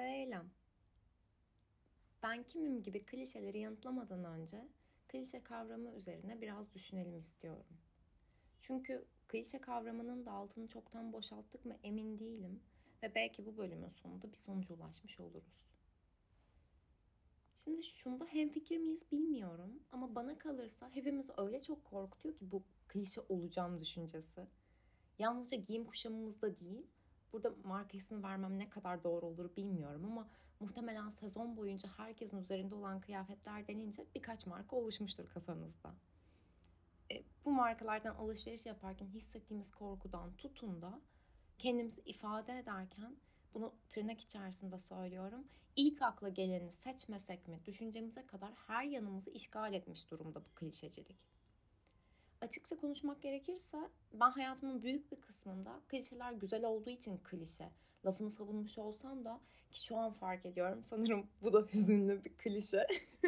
Selam. Ben kimim gibi klişeleri yanıtlamadan önce klişe kavramı üzerine biraz düşünelim istiyorum. Çünkü klişe kavramının da altını çoktan boşalttık mı emin değilim ve belki bu bölümün sonunda bir sonuca ulaşmış oluruz. Şimdi şunda hemfikir miyiz bilmiyorum ama bana kalırsa hepimiz öyle çok korkutuyor ki bu klişe olacağım düşüncesi. Yalnızca giyim kuşamımızda değil, burada marka ismi vermem ne kadar doğru olur bilmiyorum ama muhtemelen sezon boyunca herkesin üzerinde olan kıyafetler denince birkaç marka oluşmuştur kafanızda. Bu markalardan alışveriş yaparken hissettiğimiz korkudan tutun da kendimizi ifade ederken bunu tırnak içerisinde söylüyorum. İlk akla geleni seçmesek mi düşüncemize kadar her yanımızı işgal etmiş durumda bu klişecilik. Açıkça konuşmak gerekirse ben hayatımın büyük bir kısmında klişeler güzel olduğu için klişe lafını savunmuş olsam da ki şu an fark ediyorum sanırım bu da hüzünlü bir klişe.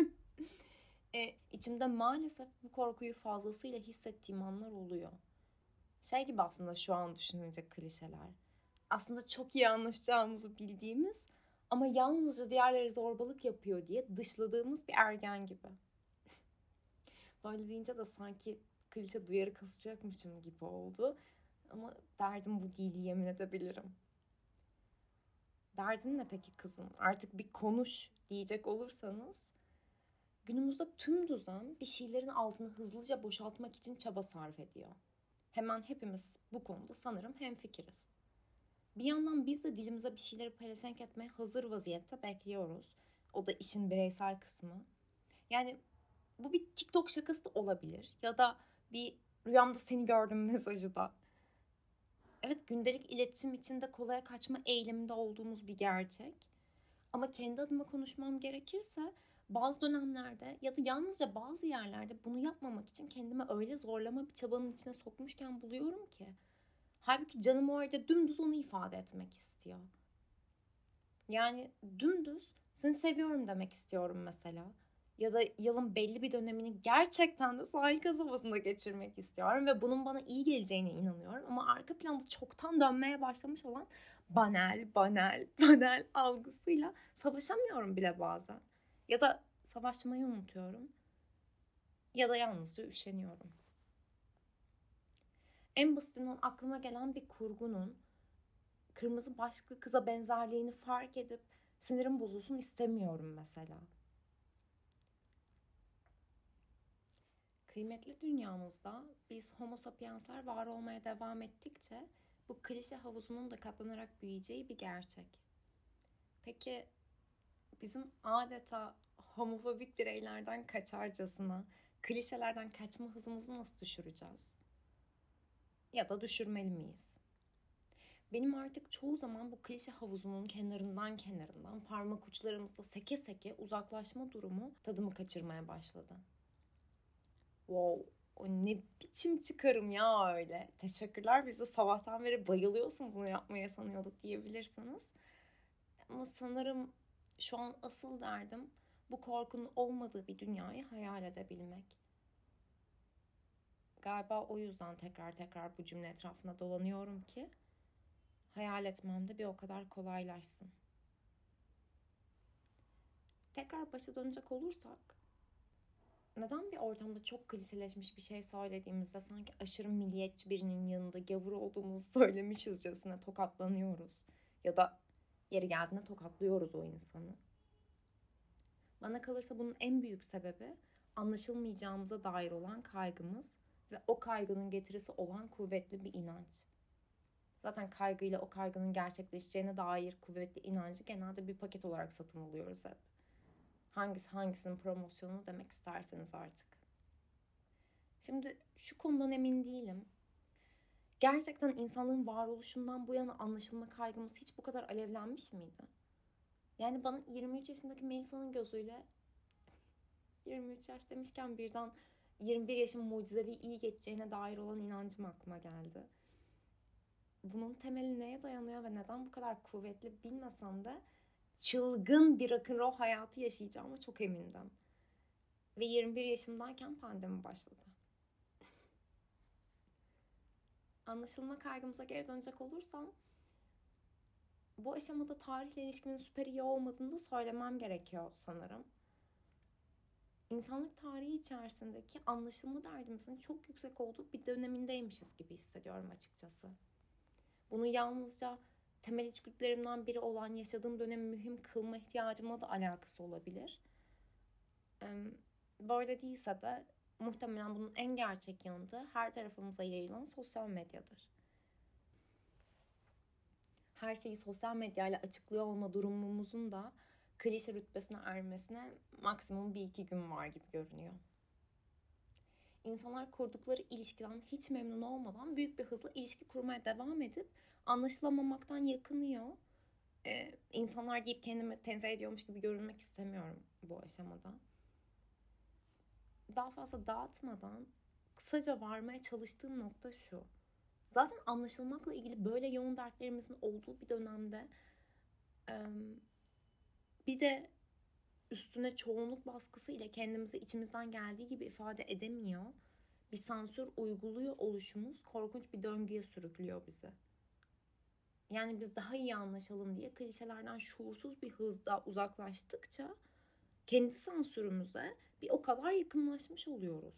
İçimde maalesef bu korkuyu fazlasıyla hissettiğim anlar oluyor. Şey gibi aslında şu an düşününce klişeler. Aslında çok iyi anlaşacağımızı bildiğimiz ama yalnızca diğerleri zorbalık yapıyor diye dışladığımız bir ergen gibi. Böyle deyince de sanki klişe duyarı kasacakmışım gibi oldu. Ama derdim bu değil, yemin edebilirim. Derdin ne peki kızım? Artık bir konuş diyecek olursanız, günümüzde tüm düzen bir şeylerin altını hızlıca boşaltmak için çaba sarf ediyor. Hemen hepimiz bu konuda sanırım hemfikiriz. Bir yandan biz de dilimize bir şeyleri pelesenk etmeye hazır vaziyette bekliyoruz. O da işin bireysel kısmı. Yani bu bir TikTok şakası da olabilir. Ya da bir rüyamda seni gördüm mesajı da. Evet, gündelik iletişim içinde kolaya kaçma eğiliminde olduğumuz bir gerçek. Ama kendi adıma konuşmam gerekirse bazı dönemlerde ya da yalnızca bazı yerlerde bunu yapmamak için kendimi öyle zorlama bir çabanın içine sokmuşken buluyorum ki. Halbuki canım orada dümdüz onu ifade etmek istiyor. Yani dümdüz seni seviyorum demek istiyorum mesela. Ya da yılın belli bir dönemini gerçekten de sahil kasabasında geçirmek istiyorum. Ve bunun bana iyi geleceğine inanıyorum. Ama arka planda çoktan dönmeye başlamış olan banal algısıyla savaşamıyorum bile bazen. Ya da savaşmayı unutuyorum. Ya da yalnızca üşeniyorum. En basitinden aklıma gelen bir kurgunun kırmızı başlıklı kıza benzerliğini fark edip sinirim bozulsun istemiyorum mesela. Kıymetli dünyamızda biz homo sapiensler var olmaya devam ettikçe bu klişe havuzunun da katlanarak büyüyeceği bir gerçek. Peki bizim adeta homofobik bireylerden kaçarcasına klişelerden kaçma hızımızı nasıl düşüreceğiz? Ya da düşürmeli miyiz? Benim artık çoğu zaman bu klişe havuzunun kenarından parmak uçlarımızda seke seke uzaklaşma durumu tadımı kaçırmaya başladı. Wow, o ne biçim çıkarım ya öyle. Teşekkürler, biz de sabahtan beri bayılıyorsun bunu yapmaya sanıyorduk diyebilirsiniz. Ama sanırım şu an asıl derdim bu korkunun olmadığı bir dünyayı hayal edebilmek. Galiba o yüzden tekrar bu cümle etrafında dolanıyorum ki hayal etmem de bir o kadar kolaylaşsın. Tekrar başa dönecek olursak, neden bir ortamda çok klişeleşmiş bir şey söylediğimizde sanki aşırı milliyetçi birinin yanında gavur olduğumuzu söylemişizcesine tokatlanıyoruz? Ya da yeri geldiğinde tokatlıyoruz o insanı. Bana kalırsa bunun en büyük sebebi anlaşılmayacağımıza dair olan kaygımız ve o kaygının getirisi olan kuvvetli bir inanç. Zaten kaygıyla o kaygının gerçekleşeceğine dair kuvvetli inancı genelde bir paket olarak satın alıyoruz hep. Hangisi hangisinin promosyonu demek isterseniz artık. Şimdi şu konudan emin değilim. Gerçekten insanlığın varoluşundan bu yana anlaşılma kaygımız hiç bu kadar alevlenmiş miydi? Yani bana 23 yaşındaki Melisa'nın gözüyle 23 yaş demişken birden 21 yaşın mucizevi iyi geçeceğine dair olan inancım aklıma geldi. Bunun temeli neye dayanıyor ve neden bu kadar kuvvetli bilmesem de çılgın bir rock'n'roll hayatı yaşayacağıma çok emindim. Ve 21 yaşımdayken pandemi başladı. Anlaşılma kaygımıza geri dönecek olursam, Bu aşamada tarihle ilişkimin süper iyi olmadığını da söylemem gerekiyor sanırım. İnsanlık tarihi içerisindeki anlaşılma derdimizin çok yüksek olduğu bir dönemindeymişiz gibi hissediyorum açıkçası. Bunu yalnızca temel içgüdülerimden biri olan yaşadığım dönemi mühim kılma ihtiyacımla da alakası olabilir. Böyle değilse de muhtemelen bunun en gerçek yanında her tarafımıza yayılan sosyal medyadır. Her şeyi sosyal medyayla açıklıyor olma durumumuzun da klişe rütbesine ermesine maksimum 1-2 gün var gibi görünüyor. İnsanlar kurdukları ilişkiden hiç memnun olmadan büyük bir hızla ilişki kurmaya devam edip anlaşılamamaktan yakınıyor. İnsanlar deyip kendimi tenzih ediyormuş gibi görünmek istemiyorum bu aşamada. Daha fazla dağıtmadan kısaca varmaya çalıştığım nokta şu. Zaten anlaşılmakla ilgili böyle yoğun dertlerimizin olduğu bir dönemde bir de üstüne çoğunluk baskısı ile kendimizi içimizden geldiği gibi ifade edemiyor, bir sansür uyguluyor oluşumuz korkunç bir döngüye sürüklüyor bizi. Yani biz daha iyi anlaşalım diye klişelerden şuursuz bir hızda uzaklaştıkça kendi sansürümüze bir o kadar yakınlaşmış oluyoruz.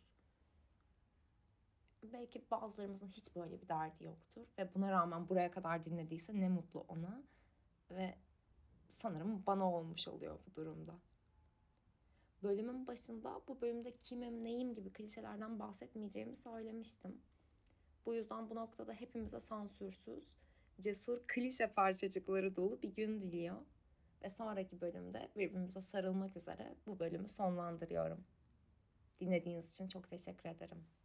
Belki bazılarımızın hiç böyle bir derdi yoktur ve buna rağmen buraya kadar dinlediyse ne mutlu ona ve sanırım bana olmuş oluyor bu durumda. Bölümün başında bu bölümde kimim, neyim gibi klişelerden bahsetmeyeceğimi söylemiştim. Bu yüzden bu noktada hepimize sansürsüz, cesur klişe parçacıkları dolu bir gün diliyor. Ve sonraki bölümde birbirimize sarılmak üzere bu bölümü sonlandırıyorum. Dinlediğiniz için çok teşekkür ederim.